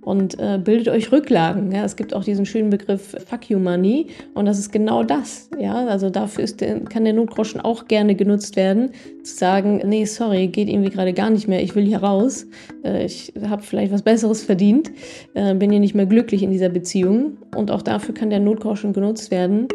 und bildet euch Rücklagen. Ja? Es gibt auch diesen schönen Begriff Fuck you Money und das ist genau das. Ja? Also dafür kann der Notgroschen auch gerne genutzt werden, zu sagen, nee, sorry, geht irgendwie gerade gar nicht mehr, ich will hier raus, ich habe vielleicht was Besseres verdient, bin hier nicht mehr glücklich in dieser Beziehung und auch dafür kann der Notgroschen genutzt werden.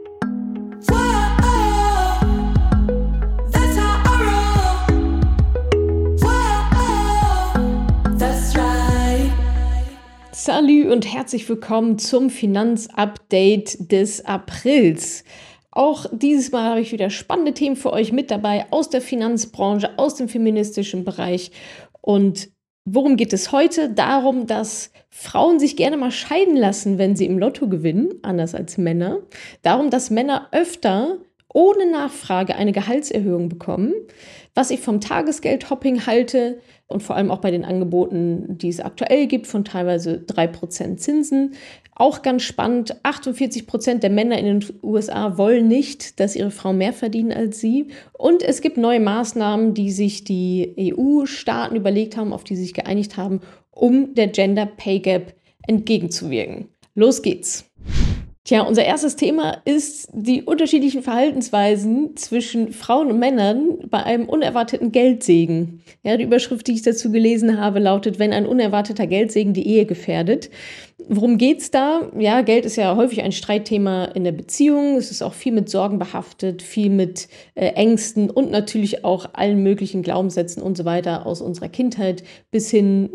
Salut und herzlich willkommen zum Finanzupdate des Aprils. Auch dieses Mal habe ich wieder spannende Themen für euch mit dabei aus der Finanzbranche, aus dem feministischen Bereich. Und worum geht es heute? Darum, dass Frauen sich gerne mal scheiden lassen, wenn sie im Lotto gewinnen, anders als Männer. Darum, dass Männer öfter ohne Nachfrage eine Gehaltserhöhung bekommen, was ich vom Tagesgeldhopping halte und vor allem auch bei den Angeboten, die es aktuell gibt, von teilweise 3% Zinsen. Auch ganz spannend, 48% der Männer in den USA wollen nicht, dass ihre Frauen mehr verdienen als sie. Und es gibt neue Maßnahmen, die sich die EU-Staaten überlegt haben, auf die sie sich geeinigt haben, um der Gender Pay Gap entgegenzuwirken. Los geht's! Tja, unser erstes Thema ist die unterschiedlichen Verhaltensweisen zwischen Frauen und Männern bei einem unerwarteten Geldsegen. Ja, die Überschrift, die ich dazu gelesen habe, lautet, wenn ein unerwarteter Geldsegen die Ehe gefährdet. Worum geht's da? Ja, Geld ist ja häufig ein Streitthema in der Beziehung. Es ist auch viel mit Sorgen behaftet, viel mit Ängsten und natürlich auch allen möglichen Glaubenssätzen und so weiter aus unserer Kindheit bis hin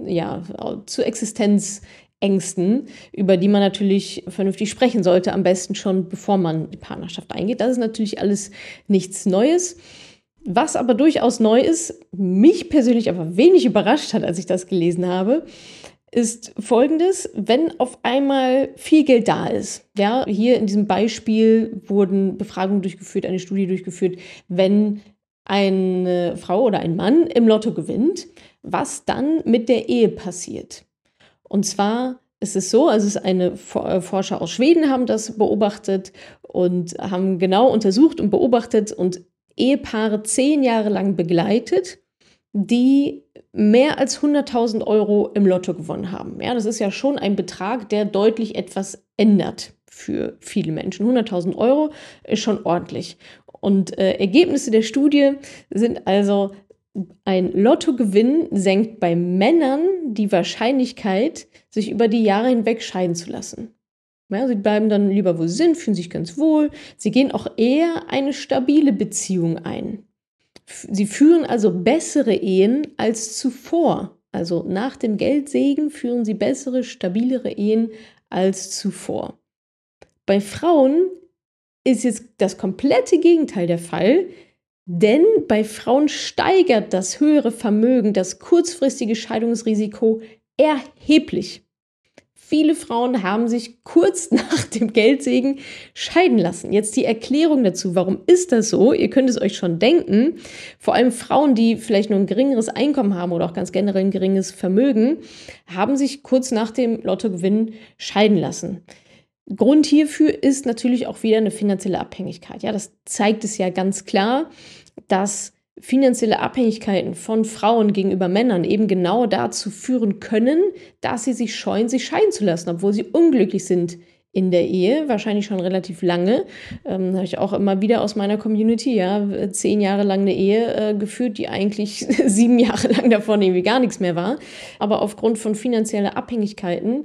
zu Existenzängsten, über die man natürlich vernünftig sprechen sollte, am besten schon bevor man die Partnerschaft eingeht. Das ist natürlich alles nichts Neues. Was aber durchaus neu ist, mich persönlich aber wenig überrascht hat, als ich das gelesen habe, ist Folgendes: Wenn auf einmal viel Geld da ist. Ja, hier in diesem Beispiel wurden Befragungen durchgeführt, eine Studie durchgeführt, wenn eine Frau oder ein Mann im Lotto gewinnt, was dann mit der Ehe passiert. Und zwar ist es so, also Forscher aus Schweden haben das beobachtet und haben genau untersucht und beobachtet und Ehepaare 10 Jahre lang begleitet, die mehr als 100.000 Euro im Lotto gewonnen haben. Ja, das ist ja schon ein Betrag, der deutlich etwas ändert für viele Menschen. 100.000 Euro ist schon ordentlich. Und Ergebnisse der Studie sind also: Ein Lottogewinn senkt bei Männern die Wahrscheinlichkeit, sich über die Jahre hinweg scheiden zu lassen. Ja, sie bleiben dann lieber, wo sie sind, fühlen sich ganz wohl. Sie gehen auch eher eine stabile Beziehung ein. Sie führen also bessere Ehen als zuvor. Also nach dem Geldsegen führen sie bessere, stabilere Ehen als zuvor. Bei Frauen ist jetzt das komplette Gegenteil der Fall. Denn bei Frauen steigert das höhere Vermögen das kurzfristige Scheidungsrisiko erheblich. Viele Frauen haben sich kurz nach dem Geldsegen scheiden lassen. Jetzt die Erklärung dazu, warum ist das so? Ihr könnt es euch schon denken. Vor allem Frauen, die vielleicht nur ein geringeres Einkommen haben oder auch ganz generell ein geringes Vermögen, haben sich kurz nach dem Lottogewinn scheiden lassen. Grund hierfür ist natürlich auch wieder eine finanzielle Abhängigkeit. Ja, das zeigt es ja ganz klar, dass finanzielle Abhängigkeiten von Frauen gegenüber Männern eben genau dazu führen können, dass sie sich scheuen, sich scheiden zu lassen, obwohl sie unglücklich sind in der Ehe, wahrscheinlich schon relativ lange. Habe ich auch immer wieder aus meiner Community, 10 Jahre lang eine Ehe geführt, die eigentlich 7 Jahre lang davon irgendwie gar nichts mehr war. Aber aufgrund von finanzieller Abhängigkeiten,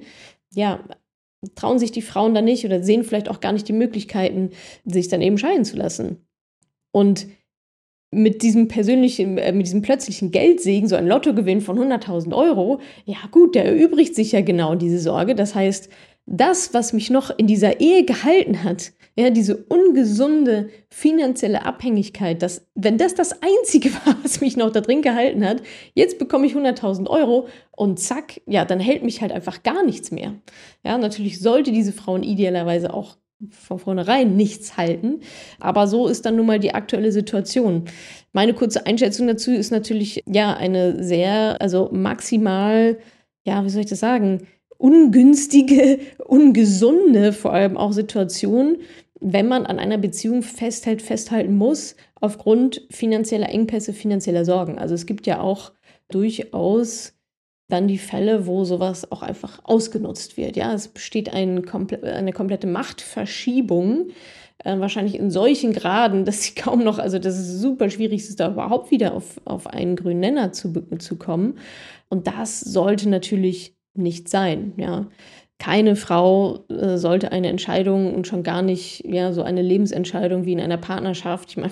trauen sich die Frauen dann nicht oder sehen vielleicht auch gar nicht die Möglichkeiten, sich dann eben scheiden zu lassen. Und mit diesem plötzlichen Geldsegen, so ein Lottogewinn von 100.000 Euro, ja gut, der erübrigt sich ja genau diese Sorge. Das heißt, das, was mich noch in dieser Ehe gehalten hat, ja, diese ungesunde finanzielle Abhängigkeit, wenn das Einzige war, was mich noch da drin gehalten hat, jetzt bekomme ich 100.000 Euro und zack, ja, dann hält mich halt einfach gar nichts mehr. Ja, natürlich sollte diese Frauen idealerweise auch von vornherein nichts halten, aber so ist dann nun mal die aktuelle Situation. Meine kurze Einschätzung dazu ist natürlich, eine sehr, maximal, wie soll ich das sagen, ungünstige, ungesunde vor allem auch Situation, wenn man an einer Beziehung festhalten muss, aufgrund finanzieller Engpässe, finanzieller Sorgen. Also es gibt ja auch durchaus dann die Fälle, wo sowas auch einfach ausgenutzt wird. Ja, es besteht eine komplette Machtverschiebung, wahrscheinlich in solchen Graden, dass sie kaum noch, also dass es super schwierig ist, da überhaupt wieder auf einen grünen Nenner zu kommen. Und das sollte natürlich nicht sein. Ja. Keine Frau sollte eine Entscheidung und schon gar nicht so eine Lebensentscheidung wie in einer Partnerschaft. Ich meine,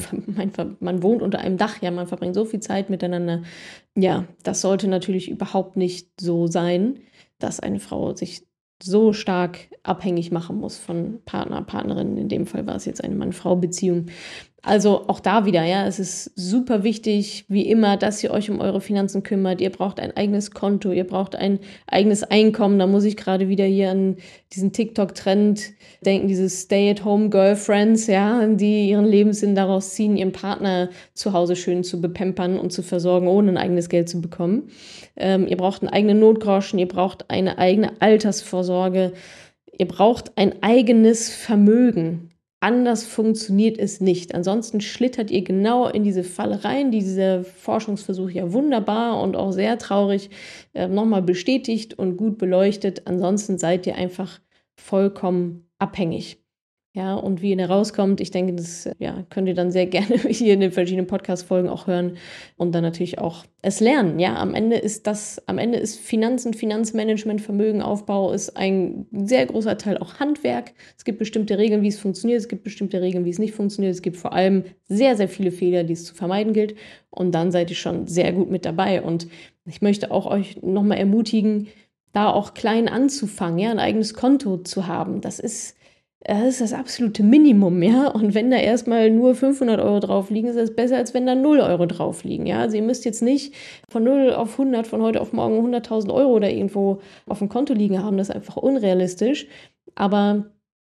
man wohnt unter einem Dach, ja, man verbringt so viel Zeit miteinander. Ja, das sollte natürlich überhaupt nicht so sein, dass eine Frau sich so stark abhängig machen muss von Partner, Partnerin. In dem Fall war es jetzt eine Mann-Frau-Beziehung. Also auch da wieder, ja, es ist super wichtig, wie immer, dass ihr euch um eure Finanzen kümmert. Ihr braucht ein eigenes Konto, ihr braucht ein eigenes Einkommen. Da muss ich gerade wieder hier an diesen TikTok-Trend denken, dieses Stay-at-home-Girlfriends, ja, die ihren Lebenssinn daraus ziehen, ihren Partner zu Hause schön zu bepampern und zu versorgen, ohne ein eigenes Geld zu bekommen. Ihr braucht einen eigenen Notgroschen, ihr braucht eine eigene Altersvorsorge, ihr braucht ein eigenes Vermögen. Anders funktioniert es nicht. Ansonsten schlittert ihr genau in diese Falle rein, die dieser Forschungsversuch ja wunderbar und auch sehr traurig nochmal bestätigt und gut beleuchtet. Ansonsten seid ihr einfach vollkommen abhängig. Ja, und wie ihr da rauskommt, ich denke, das könnt ihr dann sehr gerne hier in den verschiedenen Podcast-Folgen auch hören und dann natürlich auch es lernen. Ja, am Ende ist Finanzen, Finanzmanagement, Vermögenaufbau ist ein sehr großer Teil auch Handwerk. Es gibt bestimmte Regeln, wie es funktioniert, es gibt bestimmte Regeln, wie es nicht funktioniert. Es gibt vor allem sehr, sehr viele Fehler, die es zu vermeiden gilt. Und dann seid ihr schon sehr gut mit dabei. Und ich möchte auch euch nochmal ermutigen, da auch klein anzufangen, ja, ein eigenes Konto zu haben. Das ist das absolute Minimum, ja. Und wenn da erstmal nur 500 Euro drauf liegen, ist das besser, als wenn da 0 Euro drauf liegen, ja. Also ihr müsst jetzt nicht von 0 auf 100, von heute auf morgen 100.000 Euro da irgendwo auf dem Konto liegen haben. Das ist einfach unrealistisch. Aber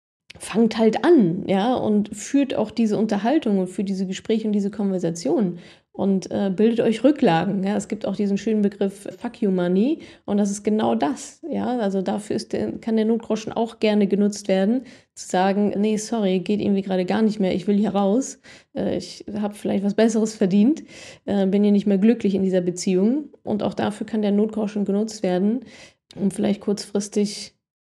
fangt halt an, ja, und führt auch diese Unterhaltung und führt diese Gespräche und diese Konversation und bildet euch Rücklagen. Ja. Es gibt auch diesen schönen Begriff Fuck you Money und das ist genau das. Ja. Also dafür kann der Notgroschen auch gerne genutzt werden, zu sagen, nee, sorry, geht irgendwie gerade gar nicht mehr, ich will hier raus, ich habe vielleicht was Besseres verdient, bin hier nicht mehr glücklich in dieser Beziehung und auch dafür kann der Notgroschen genutzt werden, um vielleicht kurzfristig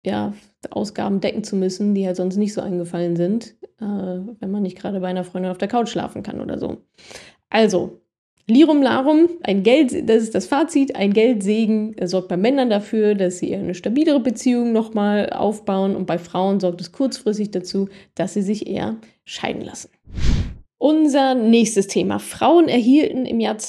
Ausgaben decken zu müssen, die halt sonst nicht so eingefallen sind, wenn man nicht gerade bei einer Freundin auf der Couch schlafen kann oder so. Also, Lirum Larum, das ist das Fazit, ein Geldsegen sorgt bei Männern dafür, dass sie eher eine stabilere Beziehung nochmal aufbauen und bei Frauen sorgt es kurzfristig dazu, dass sie sich eher scheiden lassen. Unser nächstes Thema. Frauen erhielten im Jahr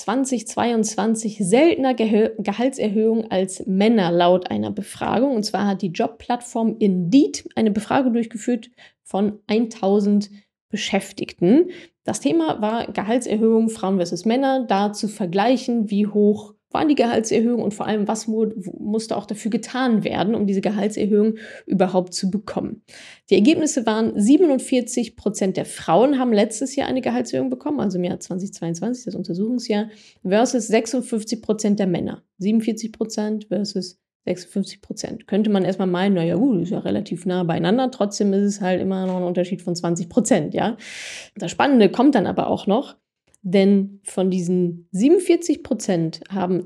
2022 seltener Gehaltserhöhungen als Männer laut einer Befragung. Und zwar hat die Jobplattform Indeed eine Befragung durchgeführt von 1000 Beschäftigten. Das Thema war Gehaltserhöhung Frauen versus Männer, da zu vergleichen, wie hoch waren die Gehaltserhöhungen und vor allem, was musste auch dafür getan werden, um diese Gehaltserhöhung überhaupt zu bekommen. Die Ergebnisse waren, 47% der Frauen haben letztes Jahr eine Gehaltserhöhung bekommen, also im Jahr 2022, das Untersuchungsjahr, versus 56% der Männer. 47% versus 56%. Könnte man erstmal meinen, naja gut, ist ja relativ nah beieinander, trotzdem ist es halt immer noch ein Unterschied von 20%, ja. Das Spannende kommt dann aber auch noch, denn von diesen 47% haben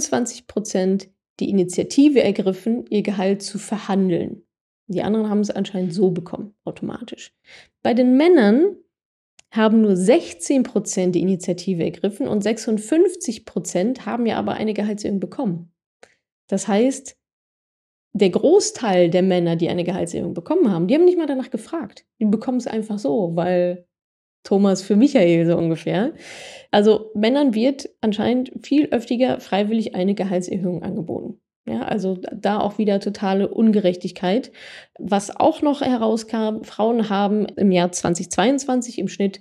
22% die Initiative ergriffen, ihr Gehalt zu verhandeln. Die anderen haben es anscheinend so bekommen, automatisch. Bei den Männern haben nur 16% die Initiative ergriffen und 56% haben ja aber eine Gehaltserhöhung bekommen. Das heißt, der Großteil der Männer, die eine Gehaltserhöhung bekommen haben, die haben nicht mal danach gefragt. Die bekommen es einfach so, weil Thomas für Michael so ungefähr. Also Männern wird anscheinend viel öfter freiwillig eine Gehaltserhöhung angeboten. Ja, also da auch wieder totale Ungerechtigkeit. Was auch noch herauskam, Frauen haben im Jahr 2022 im Schnitt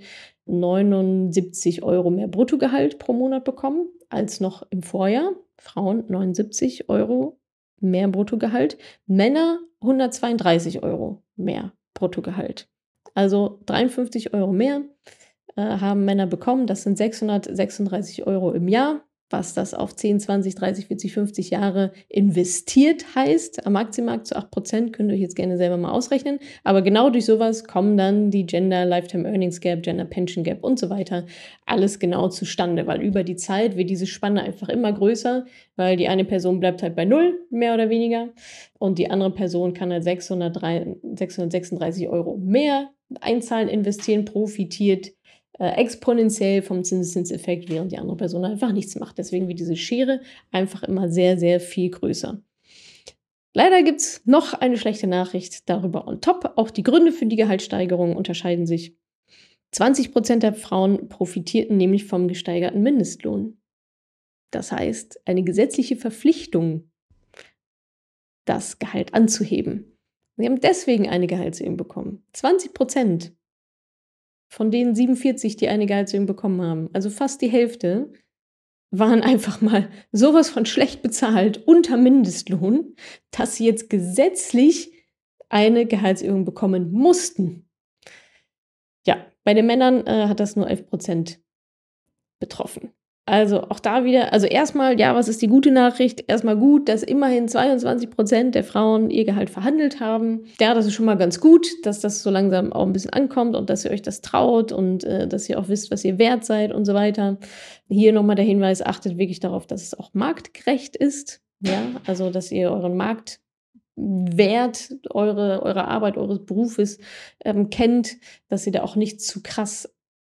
79 Euro mehr Bruttogehalt pro Monat bekommen als noch im Vorjahr. Frauen 79 Euro mehr Bruttogehalt, Männer 132 Euro mehr Bruttogehalt. Also 53 Euro mehr haben Männer bekommen. Das sind 636 Euro im Jahr. was das auf 10, 20, 30, 40, 50 Jahre investiert heißt. Am Aktienmarkt zu 8%, könnt ihr euch jetzt gerne selber mal ausrechnen. Aber genau durch sowas kommen dann die Gender Lifetime Earnings Gap, Gender Pension Gap und so weiter alles genau zustande, weil über die Zeit wird diese Spanne einfach immer größer, weil die eine Person bleibt halt bei 0, mehr oder weniger, und die andere Person kann halt 636 Euro mehr einzahlen, investieren, profitiert exponentiell vom Zinseszinseffekt, während die andere Person einfach nichts macht. Deswegen wird diese Schere einfach immer sehr, sehr viel größer. Leider gibt es noch eine schlechte Nachricht darüber on top. Auch die Gründe für die Gehaltssteigerung unterscheiden sich. 20% der Frauen profitierten nämlich vom gesteigerten Mindestlohn. Das heißt, eine gesetzliche Verpflichtung, das Gehalt anzuheben. Sie haben deswegen eine Gehaltserhöhung bekommen. 20%. Von denen 47, die eine Gehaltserhöhung bekommen haben, also fast die Hälfte, waren einfach mal sowas von schlecht bezahlt unter Mindestlohn, dass sie jetzt gesetzlich eine Gehaltserhöhung bekommen mussten. Ja, bei den Männern hat das nur 11% betroffen. Also auch da wieder, also erstmal, ja, was ist die gute Nachricht? Erstmal gut, dass immerhin 22% der Frauen ihr Gehalt verhandelt haben. Ja, das ist schon mal ganz gut, dass das so langsam auch ein bisschen ankommt und dass ihr euch das traut und dass ihr auch wisst, was ihr wert seid und so weiter. Hier nochmal der Hinweis, achtet wirklich darauf, dass es auch marktgerecht ist. Ja, also dass ihr euren Marktwert, eure Arbeit, eures Berufes kennt, dass ihr da auch nicht zu krass,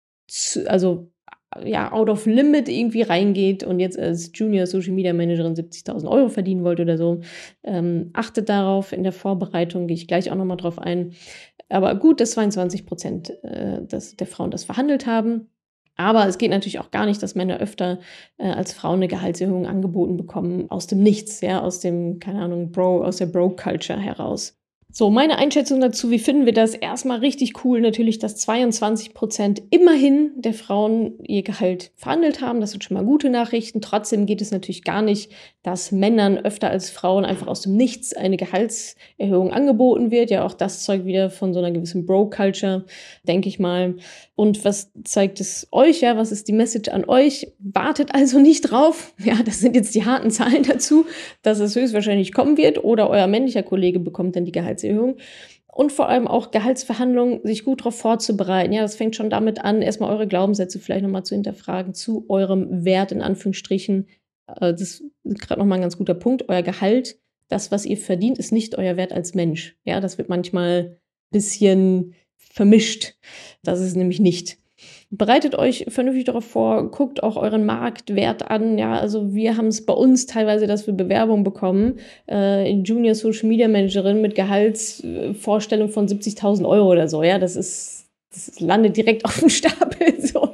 out of limit irgendwie reingeht und jetzt als Junior Social Media Managerin 70.000 Euro verdienen wollt oder so. Achtet darauf, in der Vorbereitung gehe ich gleich auch nochmal drauf ein. Aber gut, dass 22% der Frauen das verhandelt haben. Aber es geht natürlich auch gar nicht, dass Männer öfter als Frauen eine Gehaltserhöhung angeboten bekommen aus dem Nichts, ja, aus dem, keine Ahnung, aus der Bro-Culture heraus. So, meine Einschätzung dazu, wie finden wir das? Erstmal richtig cool natürlich, dass 22% immerhin der Frauen ihr Gehalt verhandelt haben. Das sind schon mal gute Nachrichten. Trotzdem geht es natürlich gar nicht, dass Männern öfter als Frauen einfach aus dem Nichts eine Gehaltserhöhung angeboten wird. Ja, auch das zeugt wieder von so einer gewissen Bro-Culture, denke ich mal. Und was zeigt es euch? Ja, was ist die Message an euch? Wartet also nicht drauf. Ja, das sind jetzt die harten Zahlen dazu, dass es höchstwahrscheinlich kommen wird oder euer männlicher Kollege bekommt dann die Gehaltserhöhung. Und vor allem auch Gehaltsverhandlungen, sich gut darauf vorzubereiten. Ja, das fängt schon damit an, erstmal eure Glaubenssätze vielleicht nochmal zu hinterfragen zu eurem Wert, in Anführungsstrichen. Das ist gerade nochmal ein ganz guter Punkt. Euer Gehalt, das, was ihr verdient, ist nicht euer Wert als Mensch. Ja, das wird manchmal ein bisschen vermischt. Das ist es nämlich nicht. Bereitet euch vernünftig darauf vor, guckt auch euren Marktwert an. Ja, also wir haben es bei uns teilweise, dass wir Bewerbungen bekommen, Junior Social Media Managerin mit Gehaltsvorstellung von 70.000 Euro oder so. Ja, das landet direkt auf dem Stapel. So.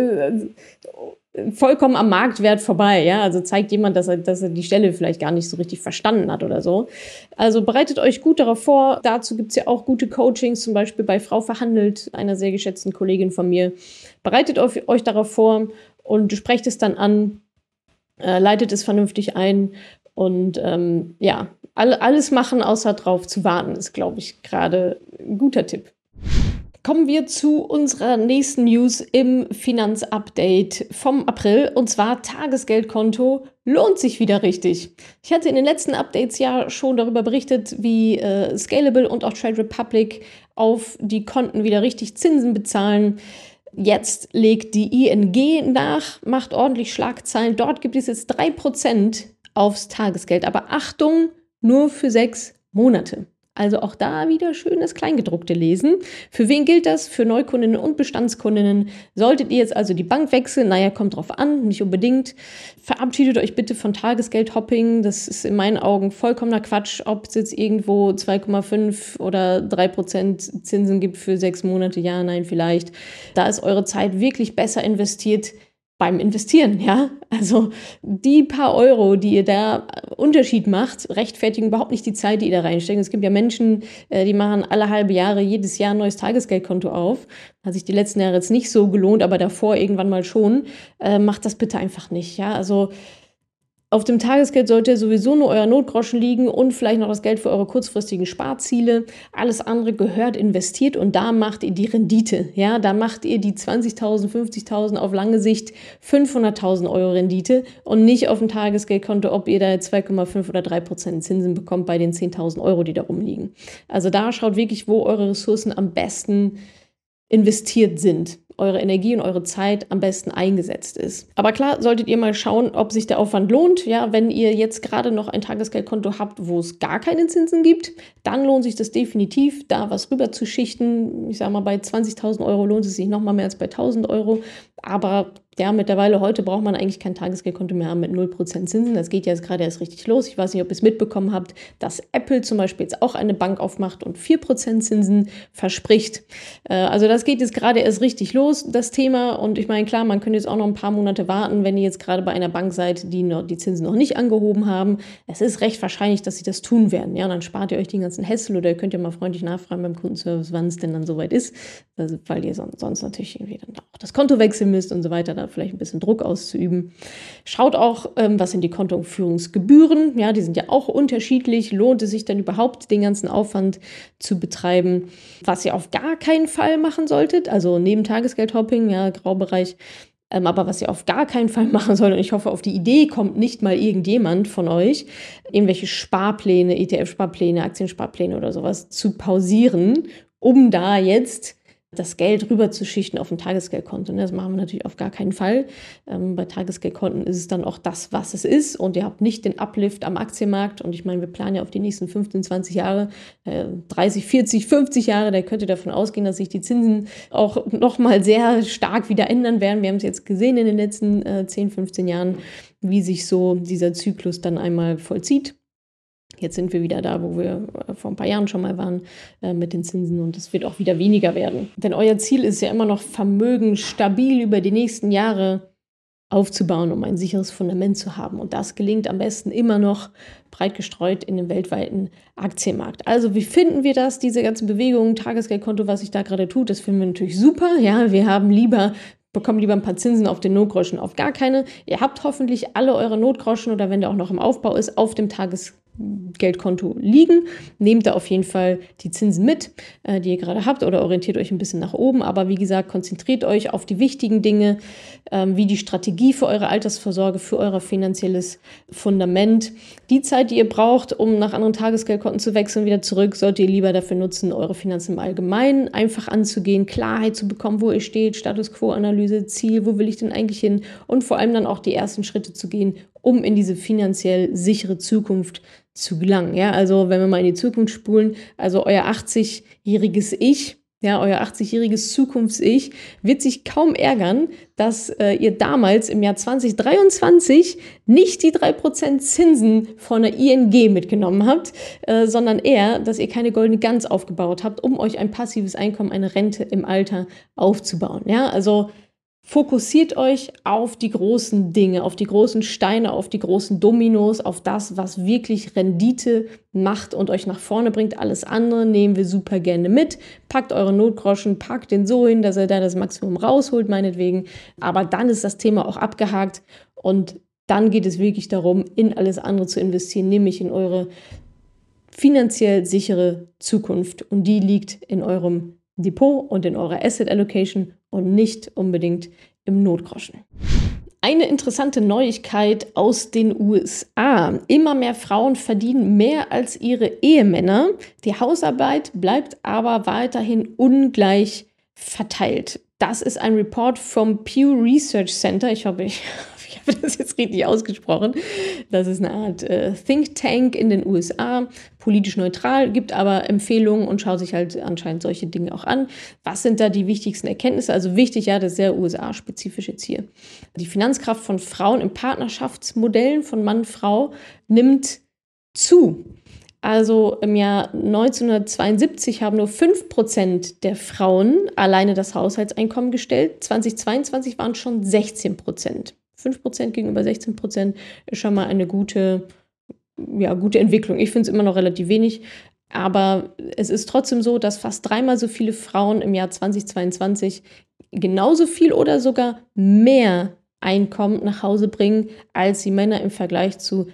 Vollkommen am Marktwert vorbei, ja, also zeigt jemand, dass er die Stelle vielleicht gar nicht so richtig verstanden hat oder so. Also bereitet euch gut darauf vor. Dazu gibt es ja auch gute Coachings, zum Beispiel bei Frau verhandelt, einer sehr geschätzten Kollegin von mir. Bereitet euch darauf vor und sprecht es dann an, leitet es vernünftig ein und alles machen, außer drauf zu warten, ist, glaube ich, gerade ein guter Tipp. Kommen wir zu unserer nächsten News im Finanzupdate vom April, und zwar Tagesgeldkonto lohnt sich wieder richtig. Ich hatte in den letzten Updates ja schon darüber berichtet, wie Scalable und auch Trade Republic auf die Konten wieder richtig Zinsen bezahlen. Jetzt legt die ING nach, macht ordentlich Schlagzeilen. Dort gibt es jetzt 3% aufs Tagesgeld, aber Achtung, nur für 6 Monate. Also auch da wieder schön das Kleingedruckte lesen. Für wen gilt das? Für Neukundinnen und Bestandskundinnen. Solltet ihr jetzt also die Bank wechseln? Naja, kommt drauf an, nicht unbedingt. Verabschiedet euch bitte von Tagesgeldhopping. Das ist in meinen Augen vollkommener Quatsch, ob es jetzt irgendwo 2,5 oder 3% Zinsen gibt für 6 Monate. Ja, nein, vielleicht. Da ist eure Zeit wirklich besser investiert beim Investieren, ja. Also die paar Euro, die ihr da Unterschied macht, rechtfertigen überhaupt nicht die Zeit, die ihr da reinsteckt. Es gibt ja Menschen, die machen alle halbe Jahre, jedes Jahr ein neues Tagesgeldkonto auf. Hat sich die letzten Jahre jetzt nicht so gelohnt, aber davor irgendwann mal schon. Macht das bitte einfach nicht, ja. Also Auf dem Tagesgeld sollte sowieso nur euer Notgroschen liegen und vielleicht noch das Geld für eure kurzfristigen Sparziele. Alles andere gehört investiert und da macht ihr die Rendite. Ja, da macht ihr die 20.000, 50.000, auf lange Sicht 500.000 Euro Rendite und nicht auf dem Tagesgeldkonto, ob ihr da 2,5 oder 3% Zinsen bekommt bei den 10.000 Euro, die da rumliegen. Also da schaut wirklich, wo eure Ressourcen am besten investiert sind, eure Energie und eure Zeit am besten eingesetzt ist. Aber klar, solltet ihr mal schauen, ob sich der Aufwand lohnt. Ja, wenn ihr jetzt gerade noch ein Tagesgeldkonto habt, wo es gar keine Zinsen gibt, dann lohnt sich das definitiv, da was rüber zu schichten. Ich sage mal, bei 20.000 Euro lohnt es sich noch mal mehr als bei 1.000 Euro. Aber ja, mittlerweile heute braucht man eigentlich kein Tagesgeldkonto mehr haben mit 0% Zinsen. Das geht ja jetzt gerade erst richtig los. Ich weiß nicht, ob ihr es mitbekommen habt, dass Apple zum Beispiel jetzt auch eine Bank aufmacht und 4% Zinsen verspricht. Also das geht jetzt gerade erst richtig los, das Thema. Und ich meine, klar, man könnte jetzt auch noch ein paar Monate warten, wenn ihr jetzt gerade bei einer Bank seid, die die Zinsen noch nicht angehoben haben. Es ist recht wahrscheinlich, dass sie das tun werden. Ja, und dann spart ihr euch den ganzen Hassel oder ihr könnt ja mal freundlich nachfragen beim Kundenservice, wann es denn dann soweit ist. Also, weil ihr sonst natürlich irgendwie dann auch das Konto wechseln müsst und so weiter, da vielleicht ein bisschen Druck auszuüben. Schaut auch, was sind die Kontoführungsgebühren. Ja, die sind ja auch unterschiedlich. Lohnt es sich dann überhaupt, den ganzen Aufwand zu betreiben? Was ihr auf gar keinen Fall machen solltet, also neben Tagesgeldhopping, ja, Graubereich, aber was ihr auf gar keinen Fall machen sollt, und ich hoffe, auf die Idee kommt nicht mal irgendjemand von euch, irgendwelche Sparpläne, ETF-Sparpläne, Aktiensparpläne oder sowas zu pausieren, um da jetzt das Geld rüberzuschichten auf ein Tagesgeldkonto. Das machen wir natürlich auf gar keinen Fall. Bei Tagesgeldkonten ist es dann auch das, was es ist und ihr habt nicht den Uplift am Aktienmarkt und ich meine, wir planen ja auf die nächsten 15, 20 Jahre, 30, 40, 50 Jahre, da könnt ihr davon ausgehen, dass sich die Zinsen auch nochmal sehr stark wieder ändern werden. Wir haben es jetzt gesehen in den letzten 10, 15 Jahren, wie sich so dieser Zyklus dann einmal vollzieht. Jetzt sind wir wieder da, wo wir vor ein paar Jahren schon mal waren mit den Zinsen und es wird auch wieder weniger werden. Denn euer Ziel ist ja immer noch, Vermögen stabil über die nächsten Jahre aufzubauen, um ein sicheres Fundament zu haben. Und das gelingt am besten immer noch breit gestreut in dem weltweiten Aktienmarkt. Also wie finden wir das, diese ganzen Bewegungen, Tagesgeldkonto, was sich da gerade tut, das finden wir natürlich super. Ja, wir bekommen lieber ein paar Zinsen auf den Notgroschen, auf gar keine. Ihr habt hoffentlich alle eure Notgroschen oder wenn der auch noch im Aufbau ist, auf dem Tagesgeldkonto liegen. Nehmt da auf jeden Fall die Zinsen mit, die ihr gerade habt oder orientiert euch ein bisschen nach oben. Aber wie gesagt, konzentriert euch auf die wichtigen Dinge, wie die Strategie für eure Altersvorsorge, für euer finanzielles Fundament. Die Zeit, die ihr braucht, um nach anderen Tagesgeldkonten zu wechseln, wieder zurück, solltet ihr lieber dafür nutzen, eure Finanzen im Allgemeinen einfach anzugehen, Klarheit zu bekommen, wo ihr steht, Status Quo-Analyse, Ziel, wo will ich denn eigentlich hin und vor allem dann auch die ersten Schritte zu gehen, um in diese finanziell sichere Zukunft zu gelangen. Ja, also wenn wir mal in die Zukunft spulen, also euer 80-jähriges Ich, ja, euer 80-jähriges Zukunfts-Ich wird sich kaum ärgern, dass ihr damals im Jahr 2023 nicht die 3% Zinsen von der ING mitgenommen habt, sondern eher, dass ihr keine goldene Gans aufgebaut habt, um euch ein passives Einkommen, eine Rente im Alter aufzubauen. Ja, also fokussiert euch auf die großen Dinge, auf die großen Steine, auf die großen Dominos, auf das, was wirklich Rendite macht und euch nach vorne bringt. Alles andere nehmen wir super gerne mit. Packt eure Notgroschen, packt den so hin, dass er da das Maximum rausholt, meinetwegen. Aber dann ist das Thema auch abgehakt und dann geht es wirklich darum, in alles andere zu investieren, nämlich in eure finanziell sichere Zukunft. Und die liegt in eurem Depot und in eurer Asset Allocation und nicht unbedingt im Notgroschen. Eine interessante Neuigkeit aus den USA. Immer mehr Frauen verdienen mehr als ihre Ehemänner. Die Hausarbeit bleibt aber weiterhin ungleich verteilt. Das ist ein Report vom Pew Research Center. Ich hoffe, ich habe das jetzt richtig ausgesprochen. Das ist eine Art Think Tank in den USA, politisch neutral, gibt aber Empfehlungen und schaut sich halt anscheinend solche Dinge auch an. Was sind da die wichtigsten Erkenntnisse? Also wichtig, ja, das ist sehr USA-spezifisch jetzt hier. Die Finanzkraft von Frauen in Partnerschaftsmodellen von Mann-Frau nimmt zu. Also im Jahr 1972 haben nur 5% der Frauen alleine das Haushaltseinkommen gestellt. 2022 waren es schon 16%. 5% gegenüber 16% ist schon mal eine gute Entwicklung. Ich finde es immer noch relativ wenig, aber es ist trotzdem so, dass fast 3-mal so viele Frauen im Jahr 2022 genauso viel oder sogar mehr Einkommen nach Hause bringen als die Männer im Vergleich zu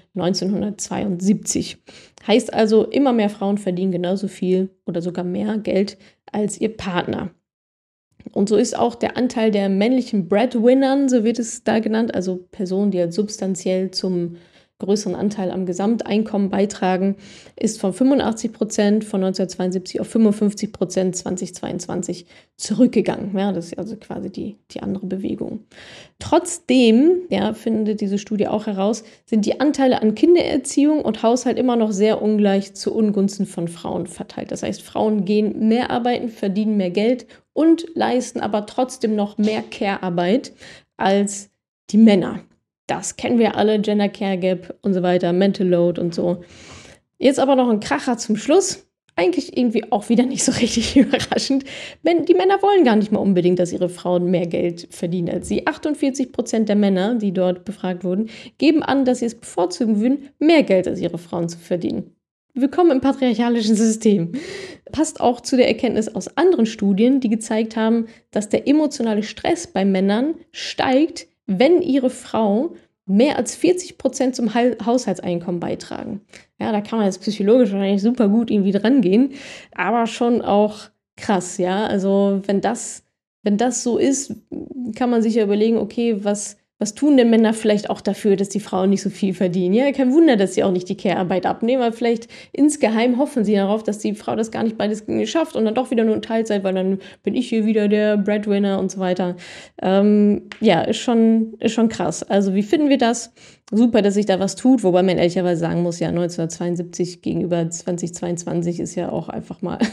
1972. Heißt also, immer mehr Frauen verdienen genauso viel oder sogar mehr Geld als ihr Partner. Und so ist auch der Anteil der männlichen Breadwinnern, so wird es da genannt, also Personen, die halt substanziell zum größeren Anteil am Gesamteinkommen beitragen, ist von 85% von 1972 auf 55% 2022 zurückgegangen. Ja, das ist also quasi die andere Bewegung. Trotzdem, ja, findet diese Studie auch heraus, sind die Anteile an Kindererziehung und Haushalt immer noch sehr ungleich zu Ungunsten von Frauen verteilt. Das heißt, Frauen gehen mehr arbeiten, verdienen mehr Geld und leisten aber trotzdem noch mehr Care-Arbeit als die Männer. Das kennen wir alle, Gender Care Gap und so weiter, Mental Load und so. Jetzt aber noch ein Kracher zum Schluss. Eigentlich irgendwie auch wieder nicht so richtig überraschend. Die Männer wollen gar nicht mal unbedingt, dass ihre Frauen mehr Geld verdienen als sie. 48% der Männer, die dort befragt wurden, geben an, dass sie es bevorzugen würden, mehr Geld als ihre Frauen zu verdienen. Willkommen im patriarchalischen System. Passt auch zu der Erkenntnis aus anderen Studien, die gezeigt haben, dass der emotionale Stress bei Männern steigt, wenn ihre Frau mehr als 40% zum Haushaltseinkommen beitragen. Ja, da kann man jetzt psychologisch wahrscheinlich super gut irgendwie dran gehen, aber schon auch krass, ja. Also wenn das so ist, kann man sich ja überlegen, okay, was tun denn Männer vielleicht auch dafür, dass die Frauen nicht so viel verdienen? Ja, kein Wunder, dass sie auch nicht die Care-Arbeit abnehmen, weil vielleicht insgeheim hoffen sie darauf, dass die Frau das gar nicht beides schafft und dann doch wieder nur in Teilzeit, weil dann bin ich hier wieder der Breadwinner und so weiter. Ja, ist schon krass. Also wie finden wir das? Super, dass sich da was tut, wobei man ehrlicherweise sagen muss, ja, 1972 gegenüber 2022 ist ja auch einfach mal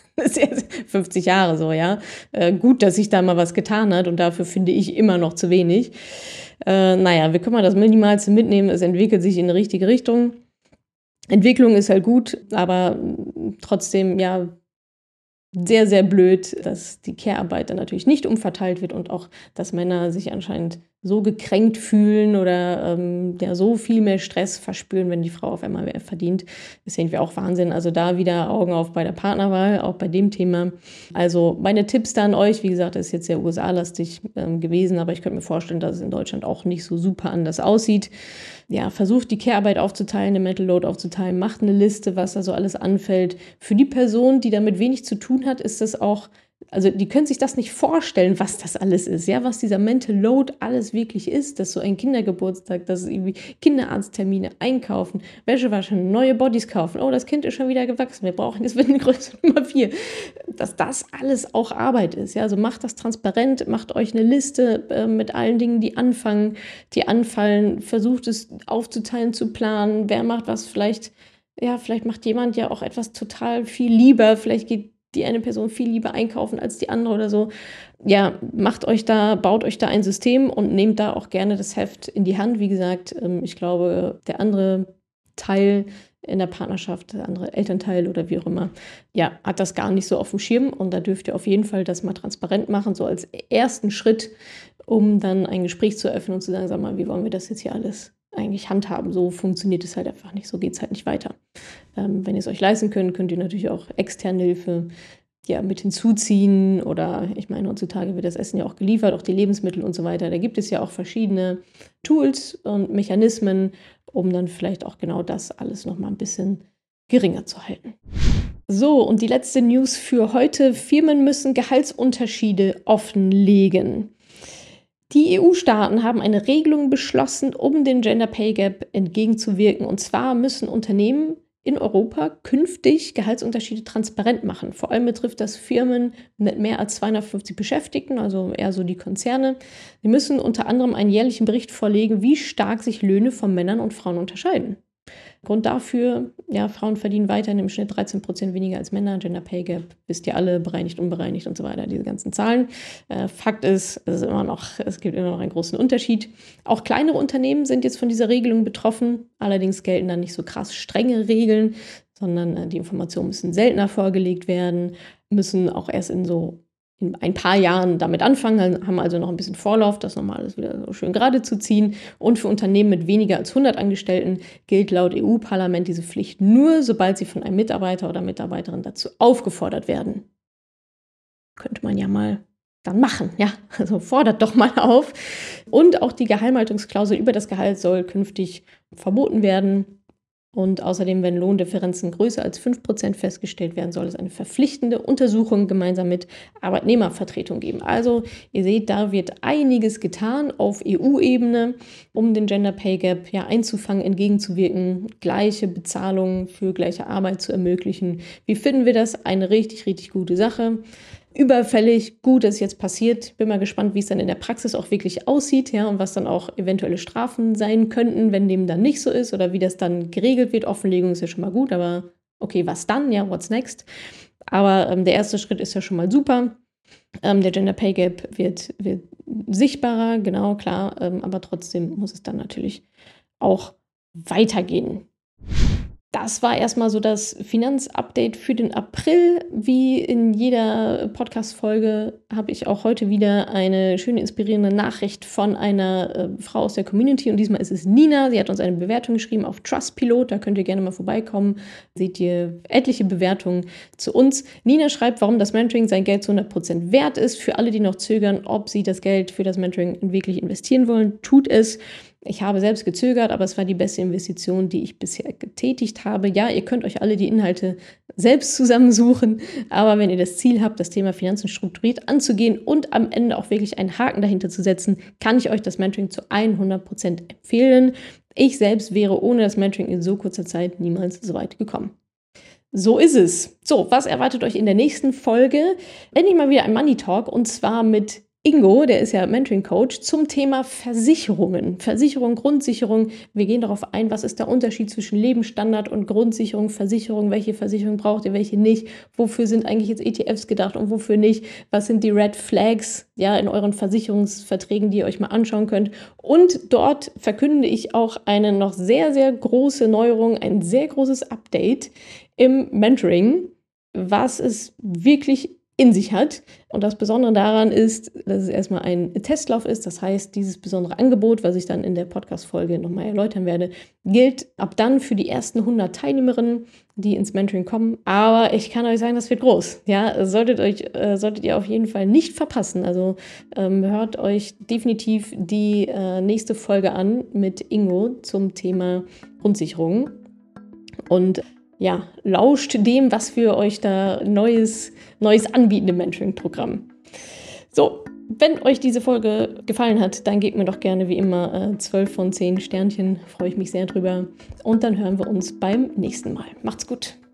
50 Jahre so, ja. Gut, dass sich da mal was getan hat und dafür finde ich immer noch zu wenig. Naja, wir können mal das Minimalste mitnehmen, es entwickelt sich in eine richtige Richtung. Entwicklung ist halt gut, aber trotzdem, ja, sehr, sehr blöd, dass die Care-Arbeit dann natürlich nicht umverteilt wird und auch, dass Männer sich anscheinend so gekränkt fühlen oder ja, so viel mehr Stress verspüren, wenn die Frau auf einmal mehr verdient. Das ist irgendwie auch Wahnsinn. Also da wieder Augen auf bei der Partnerwahl, auch bei dem Thema. Also meine Tipps da an euch, wie gesagt, das ist jetzt sehr USA-lastig gewesen, aber ich könnte mir vorstellen, dass es in Deutschland auch nicht so super anders aussieht. Ja, versucht die Care-Arbeit aufzuteilen, den Mental Load aufzuteilen, macht eine Liste, was da so alles anfällt. Für die Person, die damit wenig zu tun hat, ist das auch, also die können sich das nicht vorstellen, was das alles ist, ja, was dieser Mental Load alles wirklich ist, dass so ein Kindergeburtstag, dass irgendwie Kinderarzttermine, einkaufen, Wäsche waschen, neue Bodies kaufen, oh, das Kind ist schon wieder gewachsen, wir brauchen jetzt eine Größe Nummer 4, dass das alles auch Arbeit ist, ja, also macht das transparent, macht euch eine Liste mit allen Dingen, die anfallen, versucht es aufzuteilen, zu planen, wer macht was, vielleicht macht jemand ja auch etwas total viel lieber, vielleicht geht die eine Person viel lieber einkaufen als die andere oder so. Ja, baut euch da ein System und nehmt da auch gerne das Heft in die Hand. Wie gesagt, ich glaube, der andere Teil in der Partnerschaft, der andere Elternteil oder wie auch immer, ja, hat das gar nicht so auf dem Schirm und da dürft ihr auf jeden Fall das mal transparent machen, so als ersten Schritt, um dann ein Gespräch zu öffnen und zu sagen, sag mal, wie wollen wir das jetzt hier alles eigentlich handhaben? So funktioniert es halt einfach nicht, so geht es halt nicht weiter. Wenn ihr es euch leisten könnt, könnt ihr natürlich auch externe Hilfe mit hinzuziehen oder ich meine, heutzutage wird das Essen ja auch geliefert, auch die Lebensmittel und so weiter. Da gibt es ja auch verschiedene Tools und Mechanismen, um dann vielleicht auch genau das alles nochmal ein bisschen geringer zu halten. So, und die letzte News für heute. Firmen müssen Gehaltsunterschiede offenlegen. Die EU-Staaten haben eine Regelung beschlossen, um dem Gender Pay Gap entgegenzuwirken. Und zwar müssen Unternehmen in Europa künftig Gehaltsunterschiede transparent machen. Vor allem betrifft das Firmen mit mehr als 250 Beschäftigten, also eher so die Konzerne. Sie müssen unter anderem einen jährlichen Bericht vorlegen, wie stark sich Löhne von Männern und Frauen unterscheiden. Grund dafür, ja, Frauen verdienen weiterhin im Schnitt 13% weniger als Männer. Gender Pay Gap, wisst ihr alle, bereinigt, unbereinigt und so weiter, diese ganzen Zahlen. Fakt ist, es gibt immer noch einen großen Unterschied. Auch kleinere Unternehmen sind jetzt von dieser Regelung betroffen. Allerdings gelten dann nicht so krass strenge Regeln, sondern die Informationen müssen seltener vorgelegt werden, müssen auch erst in ein paar Jahren damit anfangen, haben also noch ein bisschen Vorlauf, das nochmal alles wieder so schön gerade zu ziehen. Und für Unternehmen mit weniger als 100 Angestellten gilt laut EU-Parlament diese Pflicht nur, sobald sie von einem Mitarbeiter oder Mitarbeiterin dazu aufgefordert werden. Könnte man ja mal dann machen, ja, also fordert doch mal auf. Und auch die Geheimhaltungsklausel über das Gehalt soll künftig verboten werden. Und außerdem, wenn Lohndifferenzen größer als 5% festgestellt werden, soll es eine verpflichtende Untersuchung gemeinsam mit Arbeitnehmervertretung geben. Also ihr seht, da wird einiges getan auf EU-Ebene, um den Gender Pay Gap einzufangen, entgegenzuwirken, gleiche Bezahlung für gleiche Arbeit zu ermöglichen. Wie finden wir das? Eine richtig, richtig gute Sache. Überfällig, gut, dass es jetzt passiert. Bin mal gespannt, wie es dann in der Praxis auch wirklich aussieht, und was dann auch eventuelle Strafen sein könnten, wenn dem dann nicht so ist oder wie das dann geregelt wird. Offenlegung ist ja schon mal gut, aber okay, was dann? Ja, what's next? Aber der erste Schritt ist ja schon mal super. Der Gender Pay Gap wird sichtbarer, genau, klar, aber trotzdem muss es dann natürlich auch weitergehen. Das war erstmal so das Finanzupdate für den April. Wie in jeder Podcast-Folge habe ich auch heute wieder eine schöne, inspirierende Nachricht von einer Frau aus der Community. Und diesmal ist es Nina. Sie hat uns eine Bewertung geschrieben auf Trustpilot. Da könnt ihr gerne mal vorbeikommen. Seht ihr etliche Bewertungen zu uns. Nina schreibt, warum das Mentoring sein Geld zu 100% wert ist. Für alle, die noch zögern, ob sie das Geld für das Mentoring wirklich investieren wollen, tut es. Ich habe selbst gezögert, aber es war die beste Investition, die ich bisher getätigt habe. Ja, ihr könnt euch alle die Inhalte selbst zusammensuchen, aber wenn ihr das Ziel habt, das Thema Finanzen strukturiert anzugehen und am Ende auch wirklich einen Haken dahinter zu setzen, kann ich euch das Mentoring zu 100% empfehlen. Ich selbst wäre ohne das Mentoring in so kurzer Zeit niemals so weit gekommen. So ist es. So, was erwartet euch in der nächsten Folge? Endlich mal wieder ein Money Talk und zwar mit Ingo, der ist ja Mentoring-Coach, zum Thema Versicherungen. Versicherung, Grundsicherung. Wir gehen darauf ein, was ist der Unterschied zwischen Lebensstandard und Grundsicherung, Versicherung. Welche Versicherung braucht ihr, welche nicht? Wofür sind eigentlich jetzt ETFs gedacht und wofür nicht? Was sind die Red Flags in euren Versicherungsverträgen, die ihr euch mal anschauen könnt? Und dort verkünde ich auch eine noch sehr, sehr große Neuerung, ein sehr großes Update im Mentoring, was es wirklich in sich hat. Und das Besondere daran ist, dass es erstmal ein Testlauf ist. Das heißt, dieses besondere Angebot, was ich dann in der Podcast-Folge nochmal erläutern werde, gilt ab dann für die ersten 100 Teilnehmerinnen, die ins Mentoring kommen. Aber ich kann euch sagen, das wird groß. Ja, solltet ihr auf jeden Fall nicht verpassen. Also hört euch definitiv die nächste Folge an mit Ingo zum Thema Grundsicherung. Und lauscht dem, was wir euch da Neues anbieten im Mentoring-Programm. So, wenn euch diese Folge gefallen hat, dann gebt mir doch gerne wie immer 12 von 10 Sternchen. Freue ich mich sehr drüber. Und dann hören wir uns beim nächsten Mal. Macht's gut.